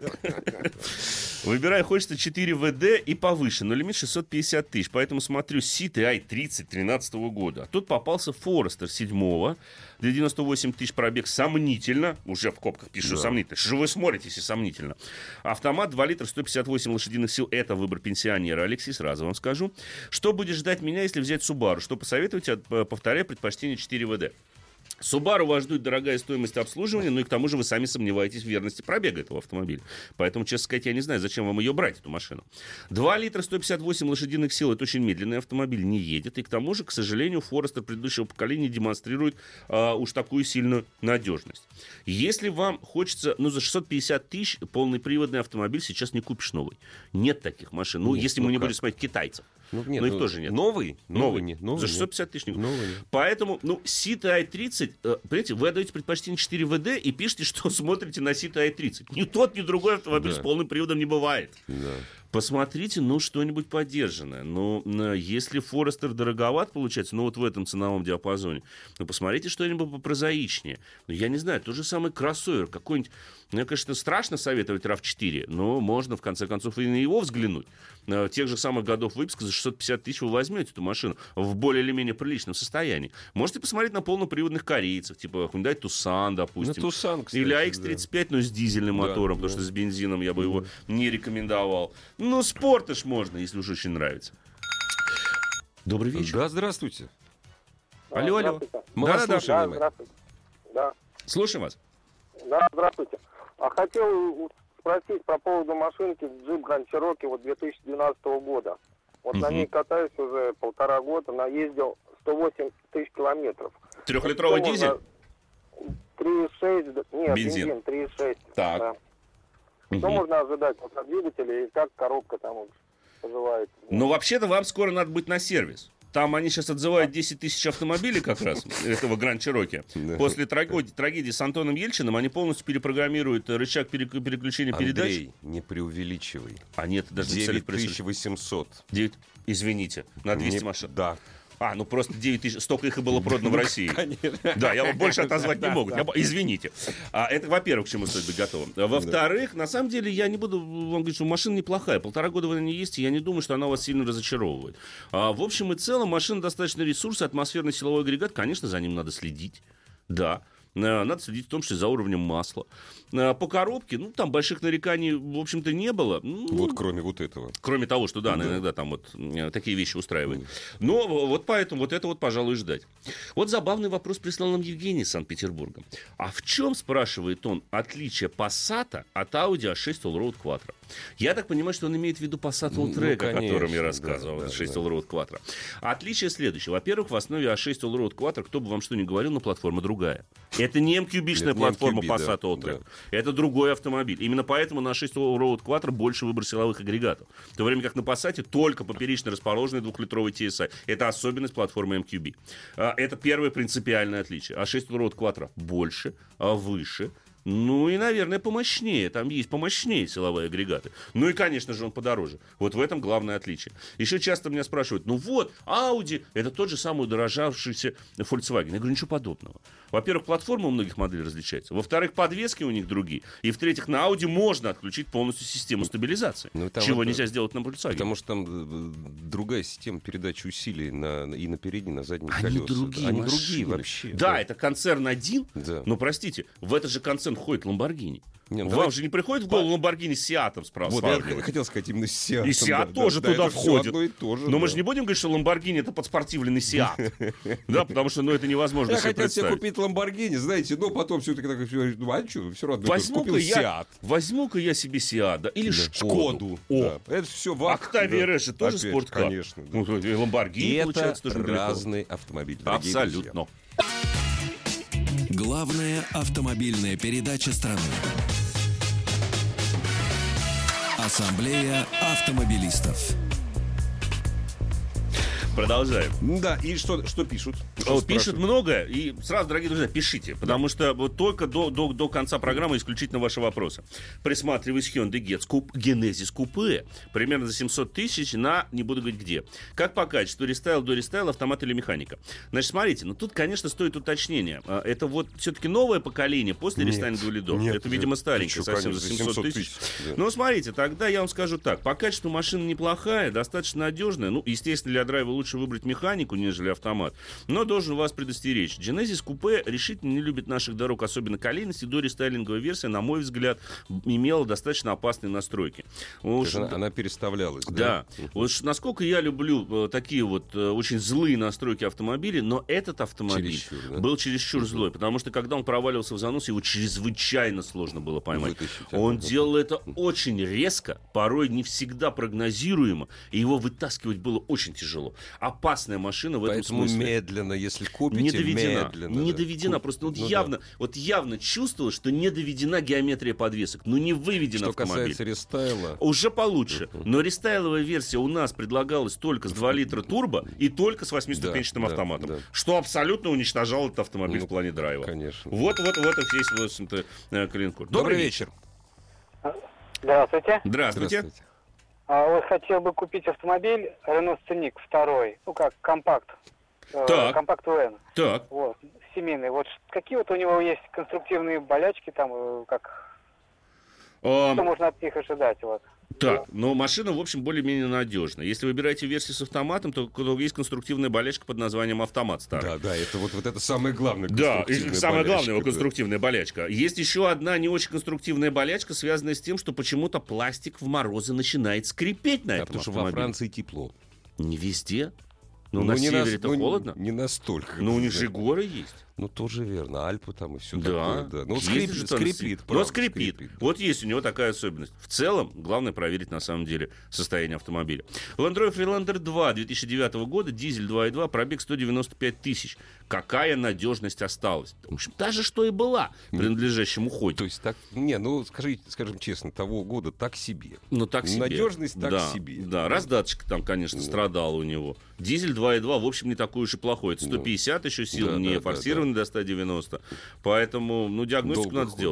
Выбираю, хочется четыре вэ дэ и повыше, но лимит шестьсот пятьдесят тысяч. Поэтому смотрю си ти ай тридцать тринадцатого года. А тут попался Форестер седьмого. Для девяносто восемь тысяч пробег сомнительно. Уже в копках пишу, да. сомнительно. Что вы смотрите, если сомнительно. Автомат два литра, сто пятьдесят восемь лошадиных сил. Это выбор пенсионера. Алексей, сразу вам скажу. Что будет ждать меня, если взять Subaru? Что посоветуете? Повторяю, предпочтение четыре вэ дэ. Subaru вас ждет дорогая стоимость обслуживания, ну и к тому же вы сами сомневаетесь в верности пробега этого автомобиля. Поэтому, честно сказать, я не знаю, зачем вам ее брать, эту машину. два литра, сто пятьдесят восемь лошадиных сил, это очень медленный автомобиль, не едет. И к тому же, к сожалению, Форестер предыдущего поколения демонстрирует а, уж такую сильную надежность. Если вам хочется, ну за шестьсот пятьдесят тысяч полноприводный автомобиль сейчас не купишь новый. Нет таких машин. Ну, нет, если ну мы не как? будем смотреть китайцев. Ну, нет, но их ну, тоже нет. Новый? Новый. Новый нет. Новый за шестьсот пятьдесят тысяч. Новый нет. Поэтому, ну, си ти ай тридцать, э, понимаете, вы отдаете предпочтение четыре вэ дэ и пишете, что смотрите на си ти ай тридцать. Ни тот, ни другой автомобиль да. с полным приводом не бывает. Да. Посмотрите, ну, что-нибудь поддержанное. Ну, если Форестер дороговат, получается, ну, вот в этом ценовом диапазоне, ну, посмотрите что-нибудь попрозаичнее. Ну, я не знаю, тот же самый кроссовер, какой-нибудь, мне, конечно, страшно советовать рав четыре, но можно, в конце концов, и на него взглянуть. Тех же самых годов выпуска за шестьсот пятьдесят тысяч вы возьмете эту машину в более или менее приличном состоянии. Можете посмотреть на полноприводных корейцев, типа Hyundai Tucson, допустим. На Tucson, кстати, или а икс тридцать пять, да. но с дизельным да, мотором, да. потому что с бензином я бы его не рекомендовал. Ну, спортаж можно, если уж очень нравится. Добрый вечер. Да, здравствуйте. Алло, алло. Мы да, вас да, слушаем. Да, здравствуйте. Да. Слушаем вас. Да, здравствуйте. А хотел спросить по поводу машинки Jeep Grand Cherokee вот две тысячи двенадцатого года. Вот угу. на ней катаюсь уже полтора года, наездил сто восемь тысяч километров. Трехлитровый вот дизель? три и шесть, нет, бензин, бензин три и шесть. Так. Да. Угу. Что можно ожидать вот от двигателя и как коробка там вот поживает? Ну, вообще-то вам скоро надо быть на сервис. Там они сейчас отзывают десять тысяч автомобилей как раз, этого Grand Cherokee. После трагедии, трагедии с Антоном Ельчиным они полностью перепрограммируют рычаг переключения Андрей, передач. Андрей, не преувеличивай. А нет, даже девять тысяч восемьсот. девять, извините, на двести не, машин. Да. А, ну просто девять тысяч, столько их и было продано в России. Конечно. Да, я вам больше отозвать не могу. Я- Извините. А, это, во-первых, к чему стоит быть готовым. Во-вторых, на самом деле, я не буду вам говорить, что машина неплохая. Полтора года вы на ней ездите, я не думаю, что она вас сильно разочаровывает. А, в общем и целом, машина достаточно ресурса, атмосферный силовой агрегат, конечно, за ним надо следить. Да. Э, Надо следить в том числе за уровнем масла. Э, По коробке, ну, там больших нареканий, в общем-то, не было. Ну, Вот кроме вот этого. Кроме того, что да, она иногда там вот э, такие вещи устраивает. Но вот поэтому вот это вот, пожалуй, ждать. Вот забавный вопрос прислал нам Евгений из Санкт-Петербурга. А в чем, спрашивает он, отличие Passat от Audi а шесть Allroad Quattro? Я так понимаю, что он имеет в виду Passat Ну, Alltrack, о котором я конечно, рассказывал, да, да, шесть да. Allroad Quattro. Отличие следующее. Во-первых, в основе а шесть Allroad Quattro, кто бы вам что ни говорил, но платформа другая. Это не эм кью-бишная Это не эм кью платформа би, Passat да, Alltrack. да. Это другой автомобиль. Именно поэтому на шесть Allroad Quattro больше выбор силовых агрегатов. В то время как на Passat только поперечно расположенный двухлитровый ти эс ай. Это особенность платформы эм кью би. А, Это первое принципиальное отличие. а шесть Allroad Quattro больше, а выше. Ну и, наверное, помощнее. Там есть помощнее силовые агрегаты. Ну и, конечно же, он подороже. Вот в этом главное отличие. Еще часто меня спрашивают, ну вот, Audi — это тот же самый удорожавшийся Volkswagen. Я говорю, ничего подобного. Во-первых, платформа у многих моделей различается. Во-вторых, подвески у них другие. И в-третьих, на Audi можно отключить полностью систему стабилизации. Ну, там чего это- нельзя сделать на Volkswagen. Потому что там э, другая система передачи усилий на, и на передние, и на задние Они колеса. другие Они машины. другие вообще. Да, это концерн один. Да. Но, простите, в этот же концерн входит Lamborghini. Не, ну Вам давайте- же не приходит в голову Lamborghini с Сиатом справа? Вот, я х- хотел сказать именно Seat. И Seat тоже туда это всё входит. одно и то же, Но мы да. же не будем говорить, что Lamborghini — это подспортивленный Сиат. Да, потому что ну, это невозможно Я себе хотел себе представить. купить Ламборгини, знаете, но потом все-таки так, ну, а что, все равно Возьму-ка купил я, Seat. возьму-ка я себе Сиат, да, или Да, Шкоду. О, Да. Это все в Octavia Rush же тоже Опять, спорткар. Конечно. да. Ну, и Lamborghini, И это получается, тоже недалеко. разные автомобили. дорогие друзья. Абсолютно. Главная автомобильная передача страны. Ассамблея автомобилистов. Продолжаем. Да, и что, что пишут? О, Что пишут спрашивают? много, и сразу, дорогие друзья, пишите, потому что вот только до, до, до конца программы исключительно ваши вопросы. Присматриваюсь Hyundai Getz- Genesis Coupe, примерно за семьсот тысяч на, не буду говорить где. Как по качеству, рестайл до рестайл, автомат или механика? Значит, смотрите, ну тут, конечно, стоит уточнение. А, Это вот все-таки новое поколение после Нет, рестайлингового лидов. нет, Это, видимо, нет, старенькое, ты чё, совсем конечно, за семьсот тысяч. да. Ну, смотрите, тогда я вам скажу так. По качеству машина неплохая, достаточно надежная. Ну, естественно, для драйва лучше выбрать механику, нежели автомат. Но должен вас предостеречь. Genesis Coupe решительно не любит наших дорог, особенно колейности. До рестайлинговой версии, на мой взгляд, имела достаточно опасные настройки. То Уж- есть Она, она переставлялась, да. да? Вот ш- насколько я люблю э, такие вот э, очень злые настройки автомобилей, но этот автомобиль Чересчур, да? был чересчур злой, потому что когда он проваливался в занос, его чрезвычайно сложно было поймать. Вытащить, Он ага. делал это очень резко, порой не всегда прогнозируемо, и его вытаскивать было очень тяжело. Опасная машина в этом Поэтому смысле. медленно, если купите, Не доведена. медленно. Не да. доведена. Куп- Просто вот ну да. явно, вот явно чувствовалось, что не доведена геометрия подвесок. Ну не выведен Что автомобиль. касается рестайла, Уже получше. Но рестайловая версия у нас предлагалась только с два литра турбо и только с восьмиступенчатым Да, да, автоматом. да. Что абсолютно уничтожал этот автомобиль Ну, в плане драйва. конечно. Вот, вот, вот и весь, в общем-то, э, клинкор. Добрый вечер. Здравствуйте. Здравствуйте. Здравствуйте. А, вот хотел бы купить автомобиль Renault Scenic второй, ну как компакт, э, Так. компакт УН, Так. вот, семейный. Вот ш- какие вот у него есть конструктивные болячки там, э, как Ам, что можно от них ожидать, вот. Так, но машина, в общем, более-менее надежна. Если выбираете версию с автоматом, то, то есть конструктивная болячка под названием автомат старый. Да, да, это вот, вот это самое главное. Да, и конструктивная самое главное, его болячка, да. конструктивная болячка. Есть еще одна не очень конструктивная болячка, связанная с тем, что почему-то пластик в морозы начинает скрипеть на Да, этом потому что во автомобиле. Франции тепло. Не везде. Ну, на не севере-то нас- ну, холодно. Не настолько. Ну, у них да. же горы есть. Ну, тоже верно. Альпы там и все Да. такое. Да. Ну, Ездишь скрип- же тоже скрипит. Но правда, скрипит. скрипит, да. Вот есть у него такая особенность. В целом, главное проверить на самом деле состояние автомобиля. Land Rover Freelander два две тысячи девятого года, дизель два и два, пробег сто девяносто пять тысяч. Какая надежность осталась? В общем, та же, что и была в принадлежащем уходе. То есть так, не, ну, скажи, скажем честно, того года так себе. Ну, так себе. Надежность так да, себе. Да, раздаточка там, конечно, страдала у него. Дизель два и два, в общем, не такой уж и плохой. Это сто пятьдесят еще сил, Да, не да, да, форсированный до ста девяноста. Поэтому, ну, диагностику Долго надо ходит. сделать.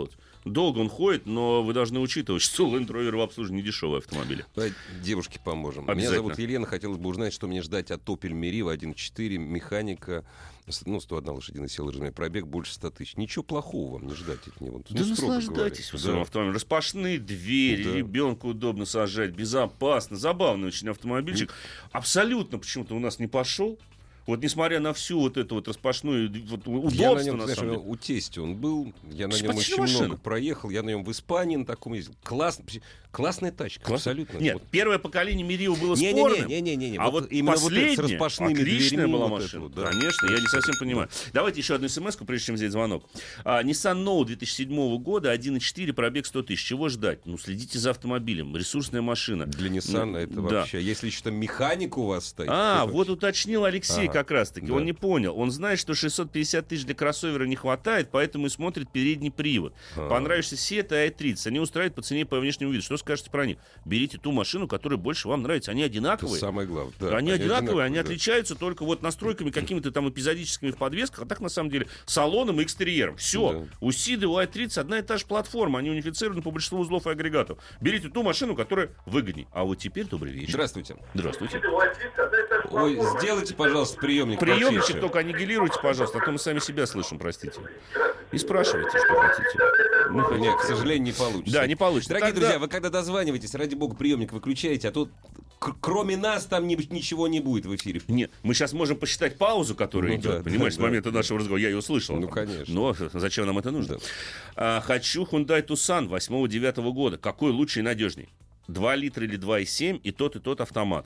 долго он ходит, но вы должны учитывать, что Land Rover в обслуживании не дешевые автомобили. Давайте девушке поможем. Меня зовут Елена. Хотелось бы узнать, что мне ждать от Opel Meriva один четыре, механика, ну, сто одна лошадиная сила, жирный пробег, больше ста тысяч. Ничего плохого вам не ждать от него. Да ну, наслаждайтесь в своем автомобиле. Распашные двери, да. Ребенку удобно сажать, безопасно, забавный очень автомобильчик. Mm. Абсолютно почему-то у нас не пошел. Вот несмотря на всю вот эту вот распашную вот, удобство, я на нем, на знаешь, самом деле. У тестя он был, я на нем Почти очень машина. много проехал, я на нем в Испании на таком ездил. Класс, классная тачка, Классно? абсолютно. Нет, вот. Первое поколение Meriva было не, спорным, не, не, не, не, не. а вот, вот именно последняя, вот с распашными отличная дверьми, была вот машина. эту, да. Конечно, я не совсем понимаю. Да. Давайте еще одну смс-ку, прежде чем взять звонок. А, Nissan Note две тысячи седьмого года, один и четыре, пробег сто тысяч. Чего ждать? Ну, следите за автомобилем, ресурсная машина. Для Nissan ну, это да. вообще, если еще там механик у вас стоит. А, вот вообще... уточнил Алексей ага, как раз-таки, да. Он не понял. Он знает, что шестьсот пятьдесят тысяч для кроссовера не хватает, поэтому и смотрит передний привод. А. Понравишься Seat и ай тридцать. Они устраивают по цене и по внешнему виду. Что скажете про них? Берите ту машину, которая больше вам нравится. Они одинаковые. Это самое главное. Да, они, они одинаковые, одинаковые, они да. отличаются только вот настройками какими-то там эпизодическими в подвесках, а так на самом деле салоном и экстерьером. Все. Да. У Seat и у ай тридцать одна и та же платформа. Они унифицированы по большинству узлов и агрегатов. Берите ту машину, которая выгоднее. А вот теперь добрый вечер. Здравствуйте. Здравствуйте. Ой, сделайте, пожалуйста, приемник. Приемничек потише. только аннигилируйте, пожалуйста, а то мы сами себя слышим, простите. И спрашивайте, что хотите. Ну, нет, к сожалению, не получится. Да, не получится. Дорогие Тогда... друзья, вы когда дозваниваетесь, ради бога, приемник выключаете, а то к- кроме нас там ни- ничего не будет в эфире. Нет, мы сейчас можем посчитать паузу, которая ну, идет, да, понимаешь, да, с момента да, нашего разговора. Я ее услышал. Ну, конечно. Но зачем нам это нужно? Да. А, хочу Hyundai Tucson восьмого-девятого года. Какой лучше и надежней? два литра или два и семь, и тот, и тот автомат.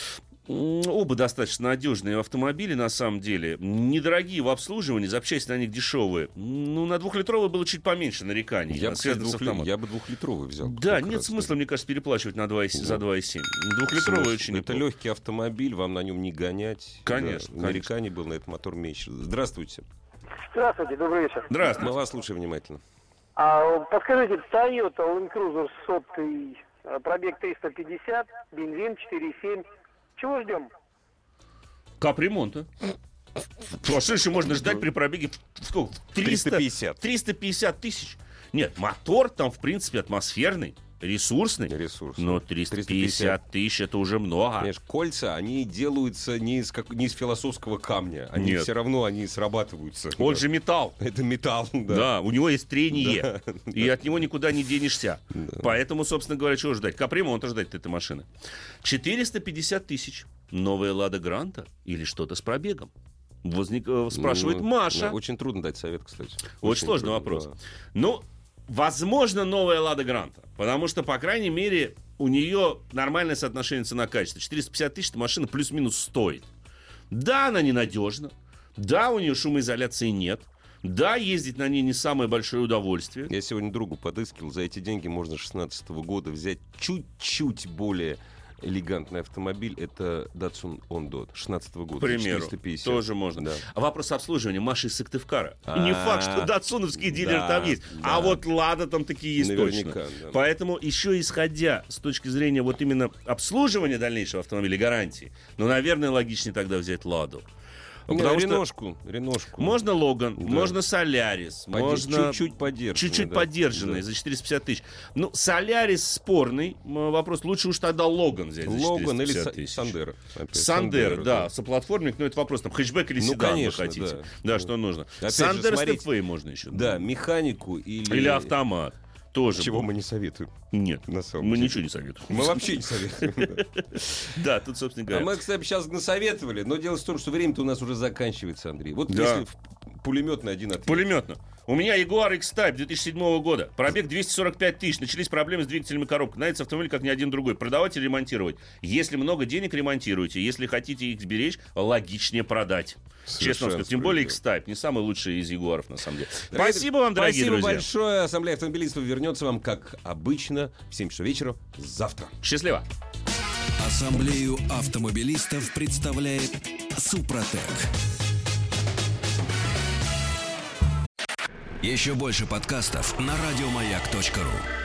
Оба достаточно надежные автомобили, на самом деле. Недорогие в обслуживании, запчасти на них дешевые. Ну, на двухлитровый было чуть поменьше нареканий. Я, кстати, двухли... я бы двухлитровый взял. Да, нет раз, смысла, да. мне кажется, переплачивать на два и семь, да. за два и семь. Двухлитровый Слушай, очень это неплохо. легкий автомобиль, вам на нем не гонять. Конечно. Да, нареканий был на этот мотор меньше. Здравствуйте. Здравствуйте, добрый вечер. Здравствуйте. Мы вас слушаем внимательно. А, подскажите, Toyota Land Cruiser сотый, пробег триста пятьдесят, бензин четыре и семь. Чего ждем? Капремонта. А что еще можно ждать при пробеге сколько? триста пятьдесят. триста пятьдесят тысяч. Нет, мотор там, в принципе, атмосферный, ресурсный. Ресурсный. Но триста пятьдесят тысяч — это уже много. Понимаешь, кольца, они делаются не из, как, не из философского камня. Они Нет. все равно они срабатываются. Он да. же металл. Это металл, да. Да, у него есть трение. Да. И от него никуда не денешься. Да. Поэтому, собственно говоря, чего ждать? Капремонта ждать этой машины. четыреста пятьдесят тысяч. Новая Лада Гранта или что-то с пробегом? Возник, э, спрашивает ну, Маша. Ну, очень трудно дать совет, кстати. Очень, очень сложный трудно, вопрос. Да. Ну, возможно, новая Лада Гранта. Потому что, по крайней мере, у нее нормальное соотношение цена-качество. четыреста пятьдесят тысяч машина плюс-минус стоит. Да, она ненадежна. Да, у нее шумоизоляции нет. Да, ездить на ней не самое большое удовольствие. Я сегодня другу подыскивал. За эти деньги можно шестнадцатого года взять чуть-чуть более элегантный автомобиль. Это Datsun Ondo шестнадцатого года. К примеру, четыреста пятьдесят. тоже можно. Да. А вопрос обслуживания Маши из Сыктывкара. И А-а-а. не факт, что датсуновский дилер Да, там есть. да. А вот Лада там такие есть Наверняка, точно. да. Поэтому еще исходя с точки зрения вот именно обслуживания дальнейшего автомобиля, гарантии, ну, наверное, логичнее тогда взять Ладу. Не, Потому что Реношку, Реношку. можно Логан, Да. можно Солярис, Подер- можно... Чуть-чуть подержанный. Чуть-чуть да. подержанный, Да. за четыреста пятьдесят тысяч. Ну, Солярис спорный м, вопрос. Лучше уж тогда Логан взять за Логан или четыреста пятьдесят тысяч. Сандера. Сандер, да, соплатформник, но это вопрос, там, хэтчбэк или Ну, седан конечно, вы хотите. да. Да, Ну, что нужно. опять же, Сандер смотрите. Степвей можно еще. Да, механику или... Или автомат. Тоже. Чего мы не советуем. Нет, На самом мы деле. ничего не советуем. Мы вообще не советуем. Да, тут, собственно А говоря. мы, кстати, сейчас насоветовали, но дело в том, что время-то у нас уже заканчивается, Андрей. Вот Да. если пулеметный один ответ. Пулеметно. У меня Jaguar X-Type две тысячи седьмого года. Пробег двести сорок пять тысяч. Начались проблемы с двигателем и коробкой. Нравится автомобиль, как ни один другой. Продавать или ремонтировать? Если много денег, ремонтируйте. Если хотите их сберечь, логичнее продать. Честно вам скажу. Тем более X-Type. Не самый лучший из Ягуаров, на самом деле. Дорогие, Спасибо вам, дорогие спасибо друзья. большое. Ассамблея автомобилистов вернется вам, как обычно, в семь часов вечера завтра. Счастливо. Ассамблею автомобилистов представляет Супротек. Еще больше подкастов на радиомаяк точка ру.